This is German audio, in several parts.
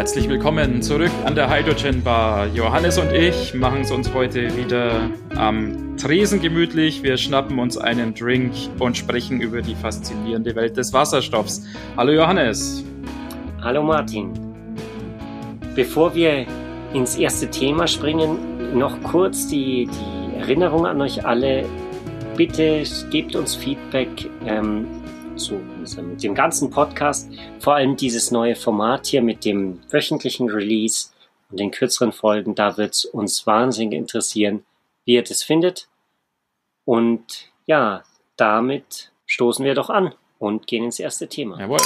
Herzlich willkommen zurück an der Hydrogen Bar. Johannes und ich machen es uns heute wieder am Tresen gemütlich. Wir schnappen uns einen Drink und sprechen über die faszinierende Welt des Wasserstoffs. Hallo Johannes. Hallo Martin. Bevor wir ins erste Thema springen, noch kurz die Erinnerung an euch alle. Bitte gebt uns Feedback mit dem ganzen Podcast, vor allem dieses neue Format hier mit dem wöchentlichen Release und den kürzeren Folgen, da wird es uns wahnsinnig interessieren, wie ihr das findet. Und ja, damit stoßen wir doch an und gehen ins erste Thema. Jawohl.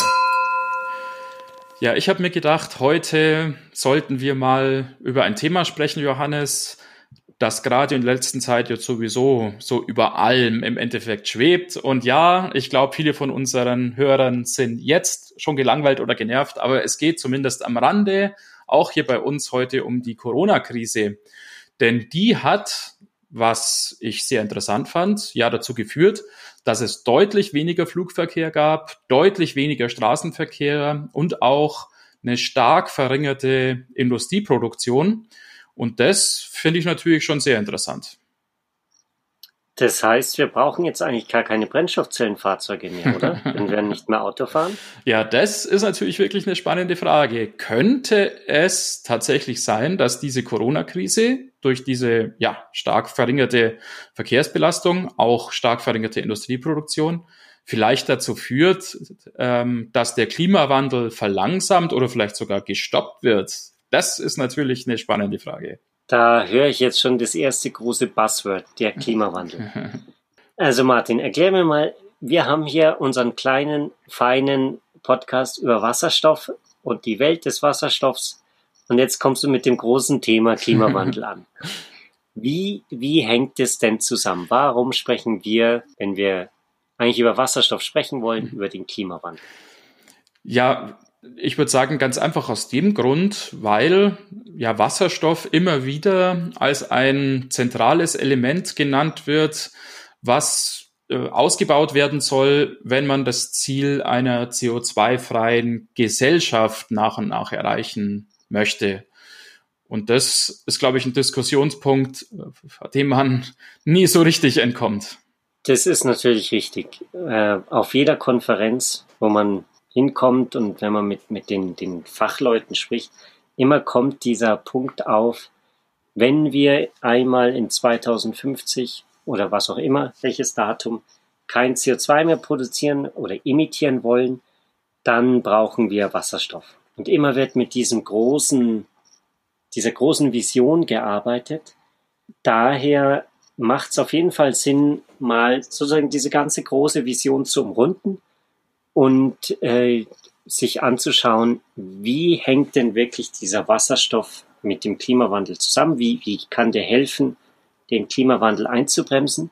Ja, ich habe mir gedacht, heute sollten wir mal über ein Thema sprechen, Johannes, das gerade in der letzten Zeit jetzt sowieso so über allem im Endeffekt schwebt. Und ja, ich glaube, viele von unseren Hörern sind jetzt schon gelangweilt oder genervt, aber es geht zumindest am Rande auch hier bei uns heute um die Corona-Krise. Denn die hat, was ich sehr interessant fand, ja dazu geführt, dass es deutlich weniger Flugverkehr gab, deutlich weniger Straßenverkehr und auch eine stark verringerte Industrieproduktion. Und das finde ich natürlich schon sehr interessant. Das heißt, wir brauchen jetzt eigentlich gar keine Brennstoffzellenfahrzeuge mehr, oder? Wenn wir nicht mehr Auto fahren? Ja, das ist natürlich wirklich eine spannende Frage. Könnte es tatsächlich sein, dass diese Corona-Krise durch diese stark verringerte Verkehrsbelastung, auch stark verringerte Industrieproduktion, vielleicht dazu führt, dass der Klimawandel verlangsamt oder vielleicht sogar gestoppt wird? Das ist natürlich eine spannende Frage. Da höre ich jetzt schon das erste große Buzzword, der Klimawandel. Also Martin, erklär mir mal, wir haben hier unseren kleinen, feinen Podcast über Wasserstoff und die Welt des Wasserstoffs und jetzt kommst du mit dem großen Thema Klimawandel an. Wie hängt es denn zusammen? Warum sprechen wir, wenn wir eigentlich über Wasserstoff sprechen wollen, über den Klimawandel? Ja, ich würde sagen, ganz einfach aus dem Grund, weil ja Wasserstoff immer wieder als ein zentrales Element genannt wird, was ausgebaut werden soll, wenn man das Ziel einer CO2-freien Gesellschaft nach und nach erreichen möchte. Und das ist, glaube ich, ein Diskussionspunkt, dem man nie so richtig entkommt. Das ist natürlich richtig. Auf jeder Konferenz, wo man hinkommt und wenn man mit den Fachleuten spricht, immer kommt dieser Punkt auf, wenn wir einmal in 2050 oder was auch immer, welches Datum, kein CO2 mehr produzieren oder emittieren wollen, dann brauchen wir Wasserstoff. Und immer wird mit dieser großen Vision gearbeitet. Daher macht es auf jeden Fall Sinn, mal sozusagen diese ganze große Vision zu umrunden und sich anzuschauen, wie hängt denn wirklich dieser Wasserstoff mit dem Klimawandel zusammen? Wie kann der helfen, den Klimawandel einzubremsen?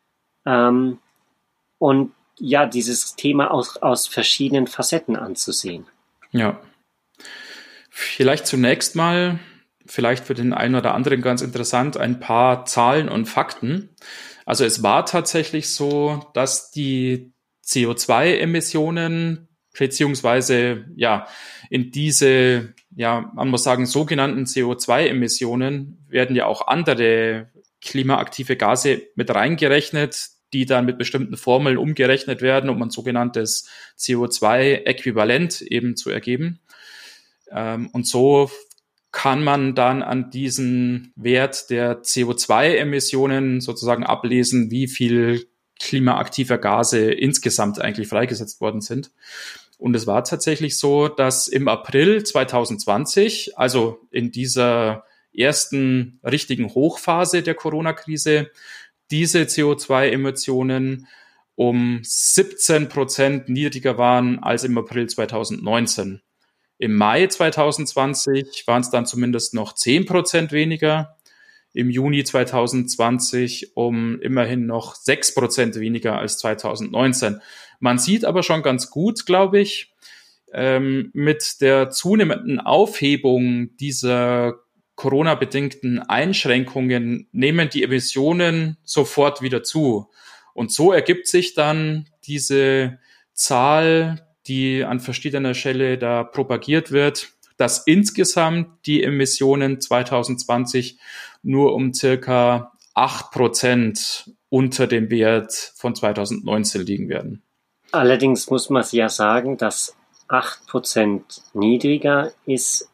Und ja, dieses Thema aus verschiedenen Facetten anzusehen. Ja, vielleicht zunächst mal, vielleicht für den einen oder anderen ganz interessant, ein paar Zahlen und Fakten. Also es war tatsächlich so, dass die CO2-Emissionen beziehungsweise in diese, man muss sagen, sogenannten CO2-Emissionen werden ja auch andere klimaaktive Gase mit reingerechnet, die dann mit bestimmten Formeln umgerechnet werden, um ein sogenanntes CO2-Äquivalent eben zu ergeben. Und so kann man dann an diesen Wert der CO2-Emissionen sozusagen ablesen, wie viel klimaaktiver Gase insgesamt eigentlich freigesetzt worden sind. Und es war tatsächlich so, dass im April 2020, also in dieser ersten richtigen Hochphase der Corona-Krise, diese CO2-Emissionen um 17% niedriger waren als im April 2019. Im Mai 2020 waren es dann zumindest noch 10% weniger. Im Juni 2020 um immerhin noch 6% weniger als 2019. Man sieht aber schon ganz gut, glaube ich, mit der zunehmenden Aufhebung dieser Corona-bedingten Einschränkungen nehmen die Emissionen sofort wieder zu. Und so ergibt sich dann diese Zahl, die an verschiedener Stelle da propagiert wird, dass insgesamt die Emissionen 2020 nur um circa 8% unter dem Wert von 2019 liegen werden. Allerdings muss man ja sagen, dass 8% niedriger ist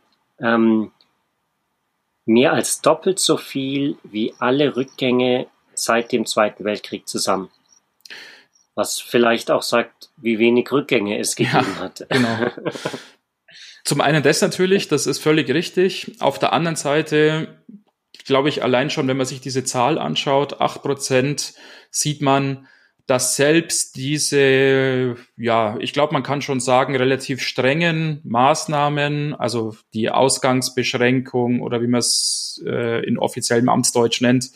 mehr als doppelt so viel wie alle Rückgänge seit dem Zweiten Weltkrieg zusammen. Was vielleicht auch sagt, wie wenig Rückgänge es gegeben hat. Genau. Zum einen das natürlich, das ist völlig richtig. Auf der anderen Seite glaube ich allein schon, wenn man sich diese Zahl anschaut, 8%, sieht man, dass selbst diese, ich glaube, man kann schon sagen, relativ strengen Maßnahmen, also die Ausgangsbeschränkung oder wie man es in offiziellem Amtsdeutsch nennt,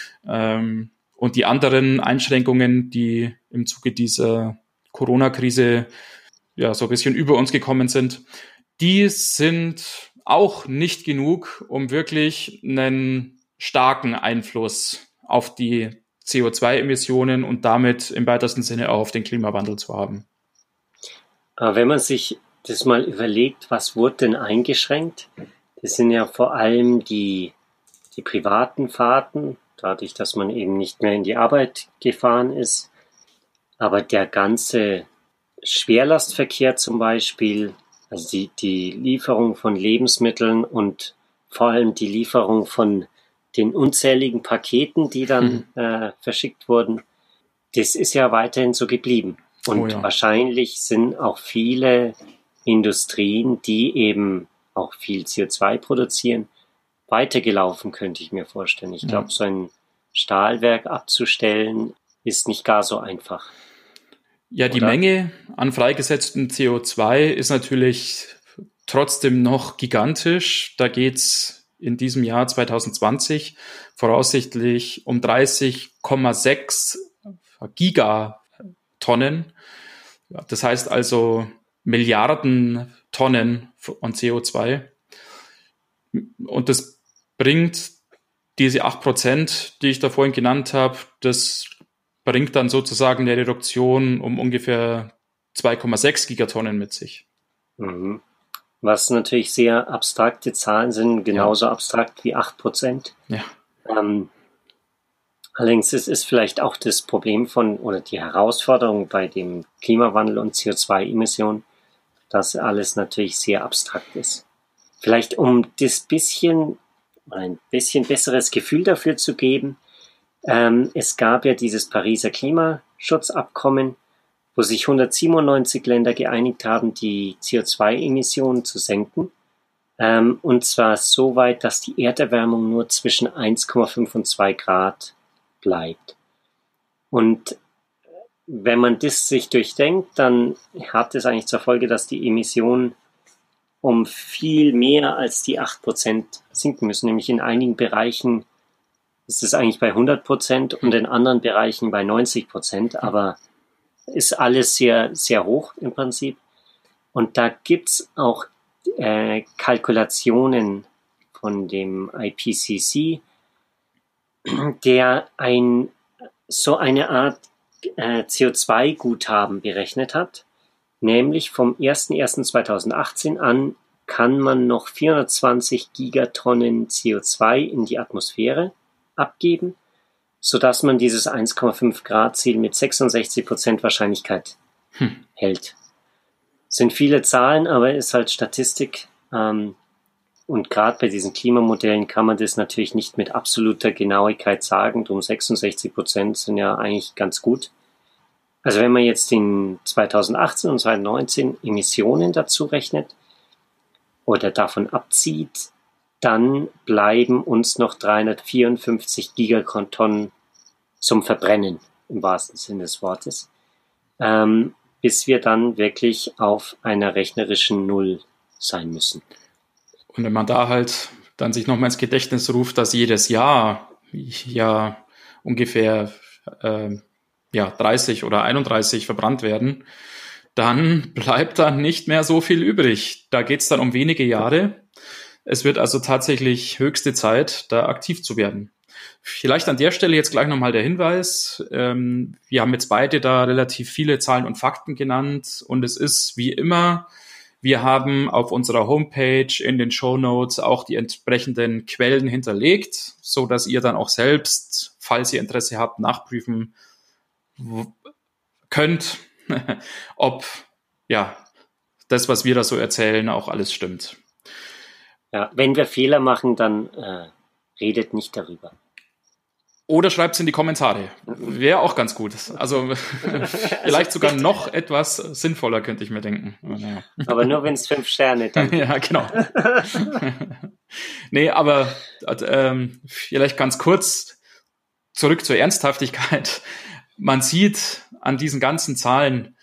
und die anderen Einschränkungen, die im Zuge dieser Corona-Krise so ein bisschen über uns gekommen sind, die sind auch nicht genug, um wirklich einen starken Einfluss auf die CO2-Emissionen und damit im weitesten Sinne auch auf den Klimawandel zu haben. Aber wenn man sich das mal überlegt, was wurde denn eingeschränkt? Das sind ja vor allem die privaten Fahrten, dadurch, dass man eben nicht mehr in die Arbeit gefahren ist. Aber der ganze Schwerlastverkehr zum Beispiel, also die Lieferung von Lebensmitteln und vor allem die Lieferung von den unzähligen Paketen, die dann verschickt wurden, das ist ja weiterhin so geblieben. Und wahrscheinlich sind auch viele Industrien, die eben auch viel CO2 produzieren, weitergelaufen, könnte ich mir vorstellen. Ich glaube, so ein Stahlwerk abzustellen, ist nicht gar so einfach. Ja, die Menge an freigesetztem CO2 ist natürlich trotzdem noch gigantisch. Da geht's in diesem Jahr 2020 voraussichtlich um 30,6 Gigatonnen. Das heißt also Milliarden Tonnen an CO2. Und das bringt diese 8%, die ich da vorhin genannt habe, das bringt dann sozusagen eine Reduktion um ungefähr 2,6 Gigatonnen mit sich. Mhm. Was natürlich sehr abstrakte Zahlen sind, genauso abstrakt wie 8%. Ja. Allerdings ist vielleicht auch das Problem oder die Herausforderung bei dem Klimawandel und CO2-Emissionen, dass alles natürlich sehr abstrakt ist. Vielleicht um das ein bisschen besseres Gefühl dafür zu geben, es gab ja dieses Pariser Klimaschutzabkommen, wo sich 197 Länder geeinigt haben, die CO2-Emissionen zu senken. Und zwar so weit, dass die Erderwärmung nur zwischen 1,5 und 2 Grad bleibt. Und wenn man das sich durchdenkt, dann hat es eigentlich zur Folge, dass die Emissionen um viel mehr als die 8% sinken müssen. Nämlich in einigen Bereichen ist es eigentlich bei 100% und in anderen Bereichen bei 90%. Aber ist alles sehr, sehr hoch im Prinzip. Und da gibt's auch Kalkulationen von dem IPCC, der so eine Art CO2-Guthaben berechnet hat. Nämlich vom 01.01.2018 an kann man noch 420 Gigatonnen CO2 in die Atmosphäre abgeben, sodass man dieses 1,5 Grad Ziel mit 66% Wahrscheinlichkeit hält. Sind viele Zahlen, aber ist halt Statistik. Und gerade bei diesen Klimamodellen kann man das natürlich nicht mit absoluter Genauigkeit sagen. Drum 66% sind ja eigentlich ganz gut. Also wenn man jetzt den 2018 und 2019 Emissionen dazu rechnet oder davon abzieht, dann bleiben uns noch 354 Gigatonnen zum Verbrennen, im wahrsten Sinne des Wortes, bis wir dann wirklich auf einer rechnerischen Null sein müssen. Und wenn man da halt dann sich nochmal ins Gedächtnis ruft, dass jedes Jahr ungefähr 30 oder 31 verbrannt werden, dann bleibt dann nicht mehr so viel übrig. Da geht's dann um wenige Jahre. Es wird also tatsächlich höchste Zeit, da aktiv zu werden. Vielleicht an der Stelle jetzt gleich nochmal der Hinweis. Wir haben jetzt beide da relativ viele Zahlen und Fakten genannt und es ist wie immer Wir haben auf unserer Homepage in den Shownotes auch die entsprechenden Quellen hinterlegt, so dass ihr dann auch selbst, falls ihr Interesse habt, nachprüfen könnt, ob ja das, was wir da so erzählen, auch alles stimmt. Ja, wenn wir Fehler machen, dann redet nicht darüber. Oder schreibt es in die Kommentare. Wäre auch ganz gut. Also vielleicht sogar noch etwas sinnvoller, könnte ich mir denken. Ja. Aber nur wenn es 5 Sterne dann. Ja, genau. Nee, aber vielleicht ganz kurz zurück zur Ernsthaftigkeit. Man sieht an diesen ganzen Zahlen,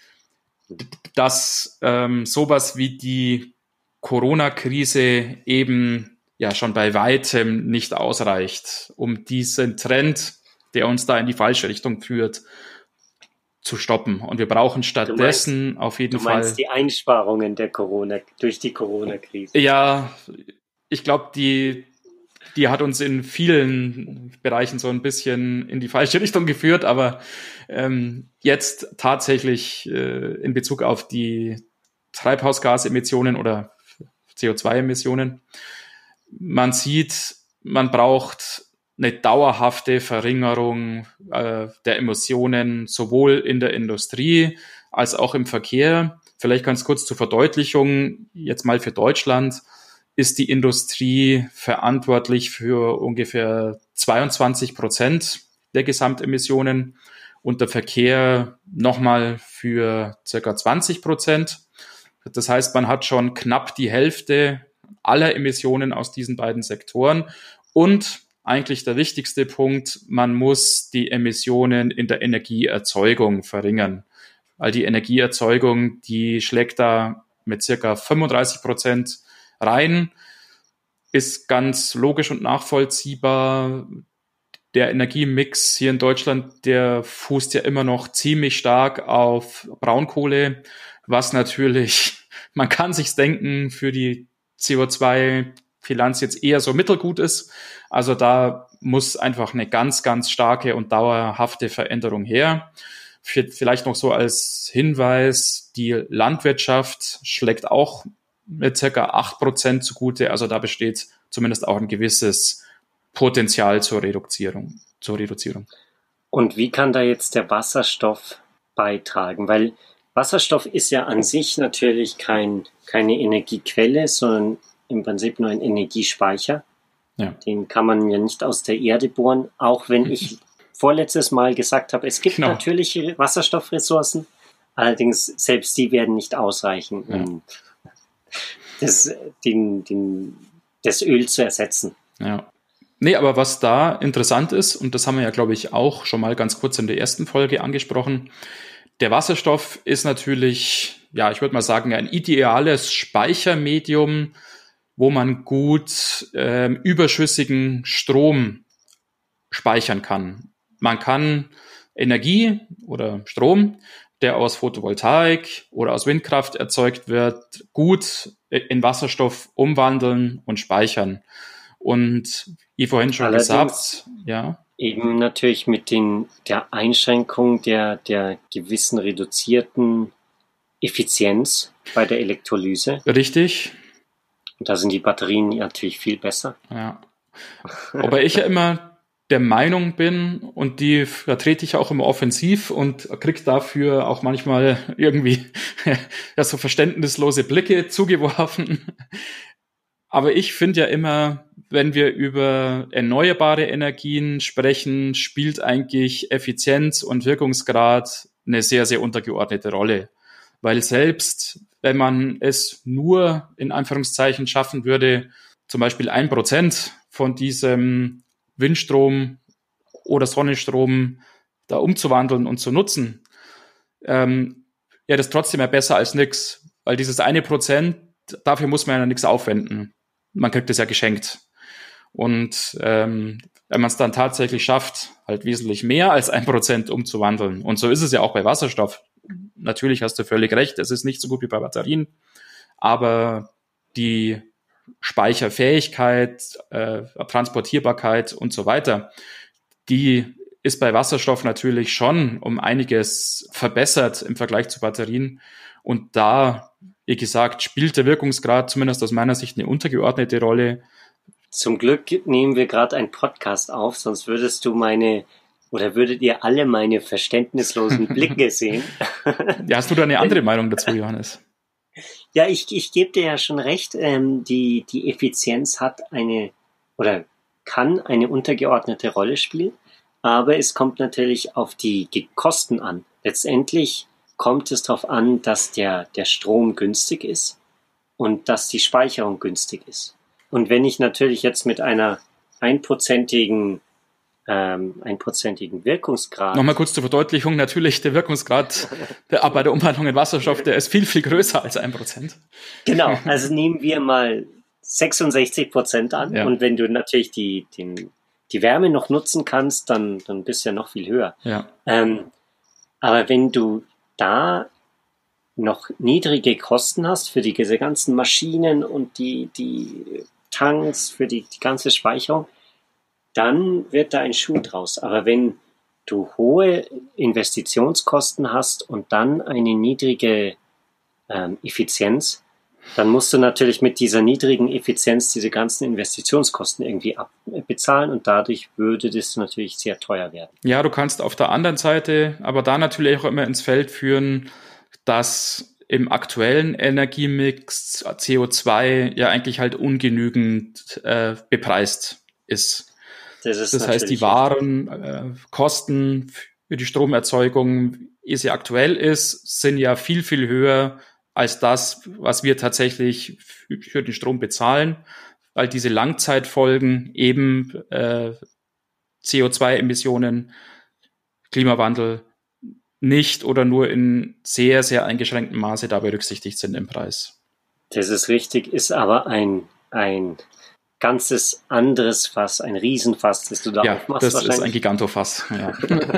dass sowas wie die Corona-Krise eben ja schon bei weitem nicht ausreicht, um diesen Trend, der uns da in die falsche Richtung führt, zu stoppen. Und wir brauchen stattdessen auf jeden Fall... Du meinst die Einsparungen durch die Corona-Krise? Ja, ich glaube, die hat uns in vielen Bereichen so ein bisschen in die falsche Richtung geführt, aber jetzt tatsächlich in Bezug auf die Treibhausgasemissionen oder CO2-Emissionen, man sieht, man braucht eine dauerhafte Verringerung der Emissionen sowohl in der Industrie als auch im Verkehr. Vielleicht ganz kurz zur Verdeutlichung, jetzt mal für Deutschland, ist die Industrie verantwortlich für ungefähr 22% der Gesamtemissionen und der Verkehr nochmal für circa 20%. Das heißt, man hat schon knapp die Hälfte aller Emissionen aus diesen beiden Sektoren. Und eigentlich der wichtigste Punkt, man muss die Emissionen in der Energieerzeugung verringern. Weil die Energieerzeugung, die schlägt da mit circa 35% rein, ist ganz logisch und nachvollziehbar. Der Energiemix hier in Deutschland, der fußt ja immer noch ziemlich stark auf Braunkohle, was natürlich, man kann sich's denken, für die CO2-Bilanz jetzt eher so mittelgut ist. Also da muss einfach eine ganz, ganz starke und dauerhafte Veränderung her. Vielleicht noch so als Hinweis, die Landwirtschaft schlägt auch mit circa 8% zugute. Also da besteht zumindest auch ein gewisses Potenzial zur Reduzierung. Und wie kann da jetzt der Wasserstoff beitragen? Weil Wasserstoff ist ja an sich natürlich keine Energiequelle, sondern im Prinzip nur ein Energiespeicher. Ja. Den kann man ja nicht aus der Erde bohren, auch wenn ich vorletztes Mal gesagt habe, es gibt natürliche Wasserstoffressourcen, allerdings selbst die werden nicht ausreichen, um das Öl zu ersetzen. Ja. Nee, aber was da interessant ist, und das haben wir ja, glaube ich, auch schon mal ganz kurz in der ersten Folge angesprochen, der Wasserstoff ist natürlich, ja, ich würde mal sagen, ein ideales Speichermedium, wo man gut überschüssigen Strom speichern kann. Man kann Energie oder Strom, der aus Photovoltaik oder aus Windkraft erzeugt wird, gut in Wasserstoff umwandeln und speichern. Und wie vorhin schon gesagt, ja. Eben natürlich mit der Einschränkung der gewissen reduzierten Effizienz bei der Elektrolyse. Richtig. Und da sind die Batterien natürlich viel besser. Ja. Wobei ich ja immer der Meinung bin, und die vertrete ich auch immer offensiv und kriege dafür auch manchmal irgendwie ja, so verständnislose Blicke zugeworfen. Aber ich finde ja immer, wenn wir über erneuerbare Energien sprechen, spielt eigentlich Effizienz und Wirkungsgrad eine sehr, sehr untergeordnete Rolle. Weil selbst wenn man es nur in Anführungszeichen schaffen würde, zum Beispiel 1% von diesem Windstrom oder Sonnenstrom da umzuwandeln und zu nutzen, ja, das ist trotzdem ja besser als nichts. Weil dieses 1%, dafür muss man ja nichts aufwenden. Man kriegt es ja geschenkt. Und wenn man es dann tatsächlich schafft, halt wesentlich mehr als 1% umzuwandeln. Und so ist es ja auch bei Wasserstoff. Natürlich hast du völlig recht, es ist nicht so gut wie bei Batterien, aber die Speicherfähigkeit, Transportierbarkeit und so weiter, die ist bei Wasserstoff natürlich schon um einiges verbessert im Vergleich zu Batterien. Und da wie gesagt, spielt der Wirkungsgrad zumindest aus meiner Sicht eine untergeordnete Rolle. Zum Glück nehmen wir gerade einen Podcast auf, sonst würdest ihr alle meine verständnislosen Blicke sehen. Ja, hast du da eine andere Meinung dazu, Johannes? Ja, ich gebe dir ja schon recht, die Effizienz kann eine untergeordnete Rolle spielen, aber es kommt natürlich auf die Kosten an. Letztendlich kommt es darauf an, dass der Strom günstig ist und dass die Speicherung günstig ist. Und wenn ich natürlich jetzt mit einer einprozentigen Wirkungsgrad. Nochmal kurz zur Verdeutlichung, natürlich der Wirkungsgrad bei der Umwandlung in Wasserstoff, der ist viel, viel größer als 1%. Genau, also nehmen wir mal 66% an, ja. Und wenn du natürlich die Wärme noch nutzen kannst, dann bist du ja noch viel höher. Ja. Aber wenn du da noch niedrige Kosten hast für diese ganzen Maschinen und die Tanks, für die ganze Speicherung, dann wird da ein Schuh draus. Aber wenn du hohe Investitionskosten hast und dann eine niedrige Effizienz, dann musst du natürlich mit dieser niedrigen Effizienz diese ganzen Investitionskosten irgendwie abbezahlen und dadurch würde das natürlich sehr teuer werden. Ja, du kannst auf der anderen Seite aber da natürlich auch immer ins Feld führen, dass im aktuellen Energiemix CO2 ja eigentlich halt ungenügend bepreist ist. Das heißt, die wahren Kosten für die Stromerzeugung, wie sie aktuell ist, sind ja viel, viel höher als das, was wir tatsächlich für den Strom bezahlen, weil diese Langzeitfolgen eben CO2-Emissionen, Klimawandel nicht oder nur in sehr, sehr eingeschränktem Maße da berücksichtigt sind im Preis. Das ist richtig, ist aber ein ganzes anderes Fass, ein Riesenfass, das du da aufmachst. Das ist ein Gigantofass. Ja.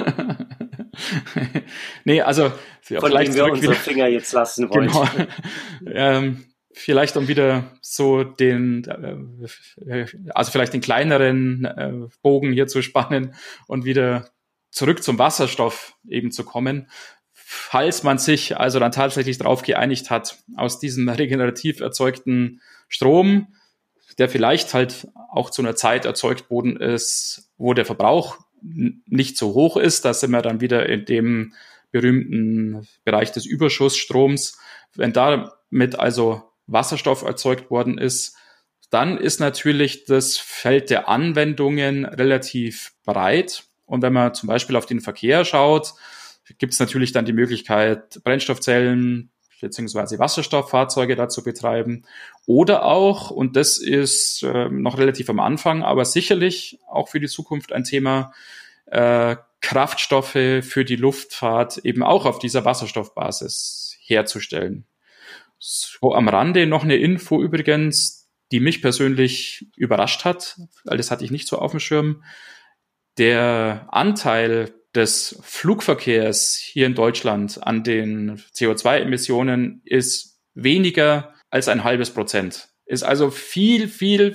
Nee, also von dem wir unsere Finger jetzt lassen wollen. Genau. Vielleicht um wieder so vielleicht den kleineren Bogen hier zu spannen und wieder zurück zum Wasserstoff eben zu kommen. Falls man sich also dann tatsächlich darauf geeinigt hat, aus diesem regenerativ erzeugten Strom, der vielleicht halt auch zu einer Zeit erzeugt worden ist, wo der Verbrauch nicht so hoch ist, da sind wir dann wieder in dem berühmten Bereich des Überschussstroms. Wenn damit also Wasserstoff erzeugt worden ist, dann ist natürlich das Feld der Anwendungen relativ breit. Und wenn man zum Beispiel auf den Verkehr schaut, gibt es natürlich dann die Möglichkeit, Brennstoffzellen beziehungsweise Wasserstofffahrzeuge da zu betreiben. Oder auch, und das ist noch relativ am Anfang, aber sicherlich auch für die Zukunft ein Thema, Kraftstoffe für die Luftfahrt eben auch auf dieser Wasserstoffbasis herzustellen. So am Rande noch eine Info übrigens, die mich persönlich überrascht hat, weil das hatte ich nicht so auf dem Schirm. Der Anteil des Flugverkehrs hier in Deutschland an den CO2-Emissionen ist weniger als 0,5%. Ist also viel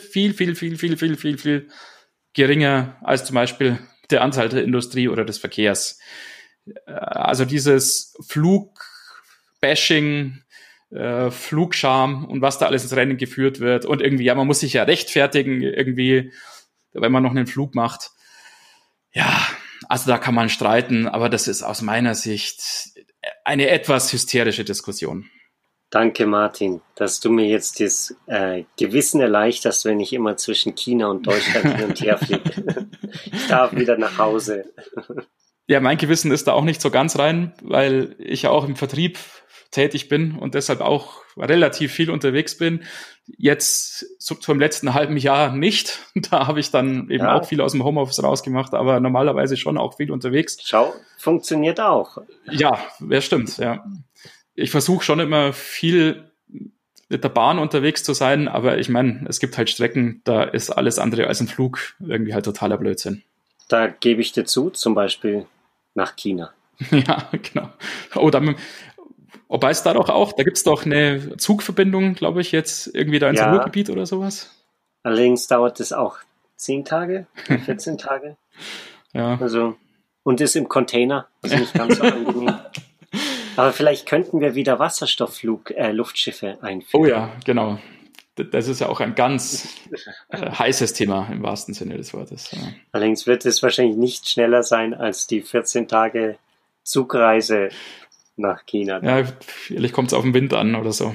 geringer als zum Beispiel der Anteil der Industrie oder des Verkehrs. Also dieses Flugbashing, Flugscham und was da alles ins Rennen geführt wird und irgendwie, ja, man muss sich ja rechtfertigen irgendwie, wenn man noch einen Flug macht. Ja, also da kann man streiten, aber das ist aus meiner Sicht eine etwas hysterische Diskussion. Danke, Martin, dass du mir jetzt das Gewissen erleichterst, wenn ich immer zwischen China und Deutschland hin und her fliege. Ich darf wieder nach Hause. Ja, mein Gewissen ist da auch nicht so ganz rein, weil ich ja auch im Vertrieb tätig bin und deshalb auch relativ viel unterwegs bin. Jetzt zum letzten halben Jahr nicht. Da habe ich dann eben auch viel aus dem Homeoffice rausgemacht, aber normalerweise schon auch viel unterwegs. Schau, funktioniert auch. Ja, stimmt, ja. Ich versuche schon immer viel mit der Bahn unterwegs zu sein, aber ich meine, es gibt halt Strecken, da ist alles andere als ein Flug irgendwie halt totaler Blödsinn. Da gebe ich dir zu, zum Beispiel nach China. Ja, genau. Wobei es da doch auch, da gibt es doch eine Zugverbindung, glaube ich, jetzt irgendwie da ins Ruhrgebiet oder sowas. Allerdings dauert es auch 10 Tage, 14 Tage. Ja. Also, und ist im Container, also nicht ganz so angenehm. Aber vielleicht könnten wir wieder Luftschiffe einführen. Oh ja, genau. Das ist ja auch ein ganz heißes Thema im wahrsten Sinne des Wortes. Ja. Allerdings wird es wahrscheinlich nicht schneller sein als die 14 Tage Zugreise nach China. Ja, vielleicht kommt es auf den Wind an oder so.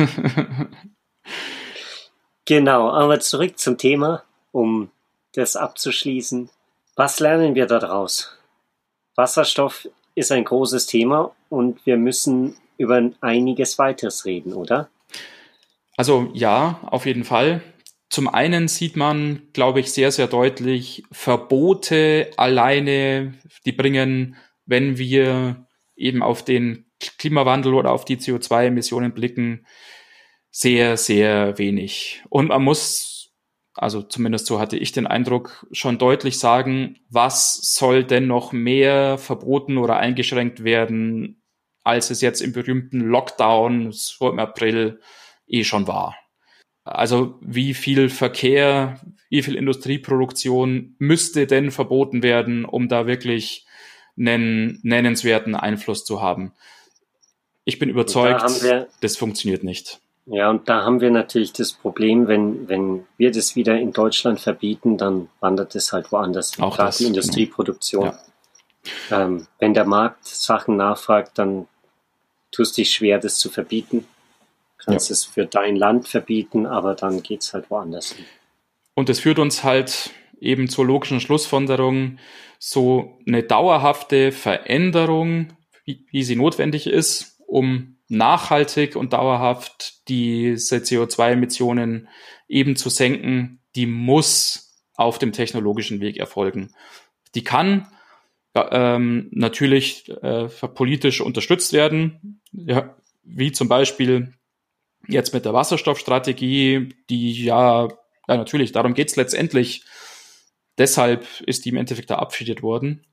Genau, aber zurück zum Thema, um das abzuschließen. Was lernen wir daraus? Wasserstoff ist ein großes Thema und wir müssen über einiges weiteres reden, oder? Also ja, auf jeden Fall. Zum einen sieht man, glaube ich, sehr, sehr deutlich, Verbote alleine, die bringen, wenn wir eben auf den Klimawandel oder auf die CO2-Emissionen blicken, sehr, sehr wenig. Und man muss, also zumindest so hatte ich den Eindruck, schon deutlich sagen, was soll denn noch mehr verboten oder eingeschränkt werden, als es jetzt im berühmten Lockdown so im April schon war. Also wie viel Verkehr, wie viel Industrieproduktion müsste denn verboten werden, um da wirklich einen nennenswerten Einfluss zu haben? Ich bin überzeugt, das funktioniert nicht. Ja, und da haben wir natürlich das Problem, wenn wir das wieder in Deutschland verbieten, dann wandert es halt woanders. Auch gerade die Industrieproduktion. Ja. Wenn der Markt Sachen nachfragt, dann tust du dich schwer, das zu verbieten. Kannst es für dein Land verbieten, aber dann geht's halt woanders hin. Und das führt uns halt eben zur logischen Schlussfolgerung, so eine dauerhafte Veränderung, wie sie notwendig ist, um nachhaltig und dauerhaft diese CO2-Emissionen eben zu senken, die muss auf dem technologischen Weg erfolgen. Die kann natürlich politisch unterstützt werden, ja, wie zum Beispiel jetzt mit der Wasserstoffstrategie, die ja natürlich, darum geht's letztendlich. Deshalb ist die im Endeffekt da abschiedet worden.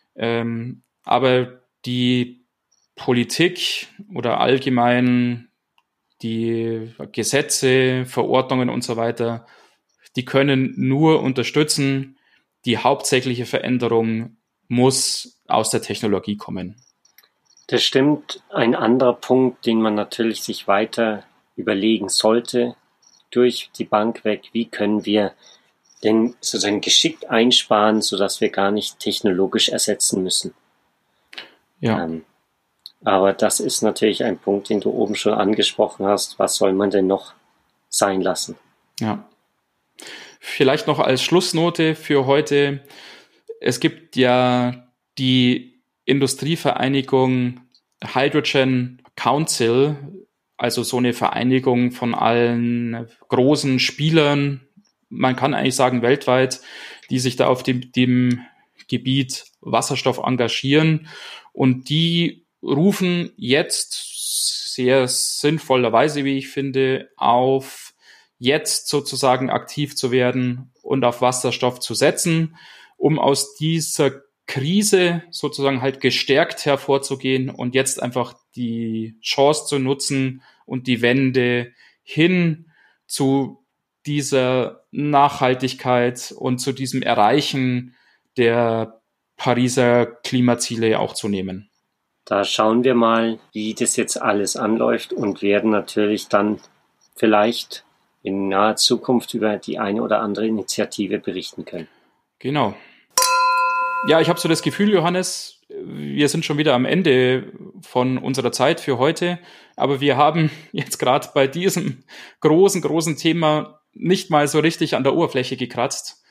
Aber die Politik oder allgemein die Gesetze, Verordnungen und so weiter, die können nur unterstützen. Die hauptsächliche Veränderung muss aus der Technologie kommen. Das stimmt. Ein anderer Punkt, den man natürlich sich weiter überlegen sollte, durch die Bank weg, wie können wir denn sozusagen geschickt einsparen, sodass wir gar nicht technologisch ersetzen müssen. Ja. Aber das ist natürlich ein Punkt, den du oben schon angesprochen hast. Was soll man denn noch sein lassen? Ja. Vielleicht noch als Schlussnote für heute. Es gibt ja die Industrievereinigung Hydrogen Council, also so eine Vereinigung von allen großen Spielern, man kann eigentlich sagen weltweit, die sich da auf dem Gebiet Wasserstoff engagieren. Und die rufen jetzt sehr sinnvollerweise, wie ich finde, auf, jetzt sozusagen aktiv zu werden und auf Wasserstoff zu setzen, um aus dieser Krise sozusagen halt gestärkt hervorzugehen und jetzt einfach die Chance zu nutzen und die Wende hin zu dieser Nachhaltigkeit und zu diesem Erreichen der Pariser Klimaziele auch zu nehmen. Da schauen wir mal, wie das jetzt alles anläuft und werden natürlich dann vielleicht in naher Zukunft über die eine oder andere Initiative berichten können. Genau. Ja, ich habe so das Gefühl, Johannes, wir sind schon wieder am Ende von unserer Zeit für heute, aber wir haben jetzt gerade bei diesem großen Thema nicht mal so richtig an der Oberfläche gekratzt.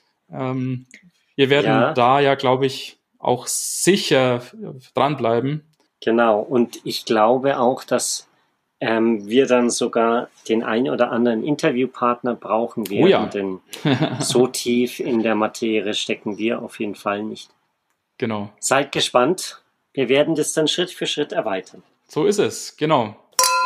Wir werden da ja, glaube ich, auch sicher dranbleiben. Genau, und ich glaube auch, dass wir dann sogar den einen oder anderen Interviewpartner brauchen werden, denn so tief in der Materie stecken wir auf jeden Fall nicht. Genau. Seid gespannt, wir werden das dann Schritt für Schritt erweitern. So ist es, genau.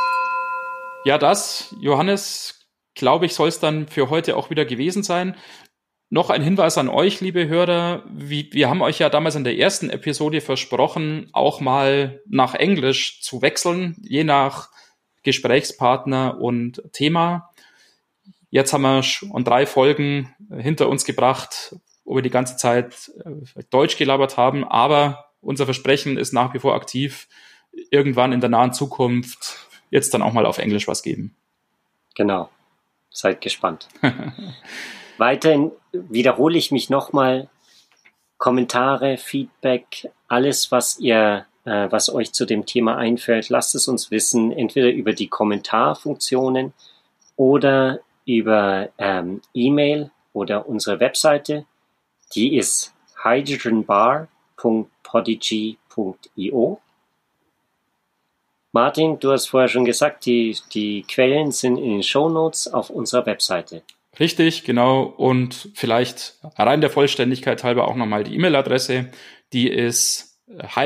Ja, das, Johannes, glaube ich, soll es dann für heute auch wieder gewesen sein. Noch ein Hinweis an euch, liebe Hörer. Wir haben euch ja damals in der ersten Episode versprochen, auch mal nach Englisch zu wechseln, je nach Gesprächspartner und Thema. Jetzt haben wir schon 3 Folgen hinter uns gebracht, wo wir die ganze Zeit Deutsch gelabert haben, aber unser Versprechen ist nach wie vor aktiv. irgendwann in der nahen Zukunft jetzt dann auch mal auf Englisch was geben. Genau. Seid gespannt. Weiterhin wiederhole ich mich nochmal. Kommentare, Feedback, alles, was euch zu dem Thema einfällt, lasst es uns wissen, entweder über die Kommentarfunktionen oder über E-Mail oder unsere Webseite. Die ist hydrogenbar.podigy.io. Martin, du hast vorher schon gesagt, die Quellen sind in den Shownotes auf unserer Webseite. Richtig, genau. Und vielleicht rein der Vollständigkeit halber auch nochmal die E-Mail-Adresse. Die ist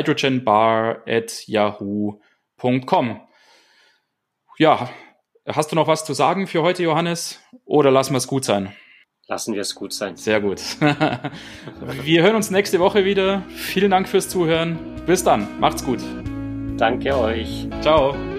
hydrogenbar@yahoo.com. Ja, hast du noch was zu sagen für heute, Johannes? Oder lassen wir es gut sein? Lassen wir es gut sein. Sehr gut. Wir hören uns nächste Woche wieder. Vielen Dank fürs Zuhören. Bis dann. Macht's gut. Danke euch. Ciao.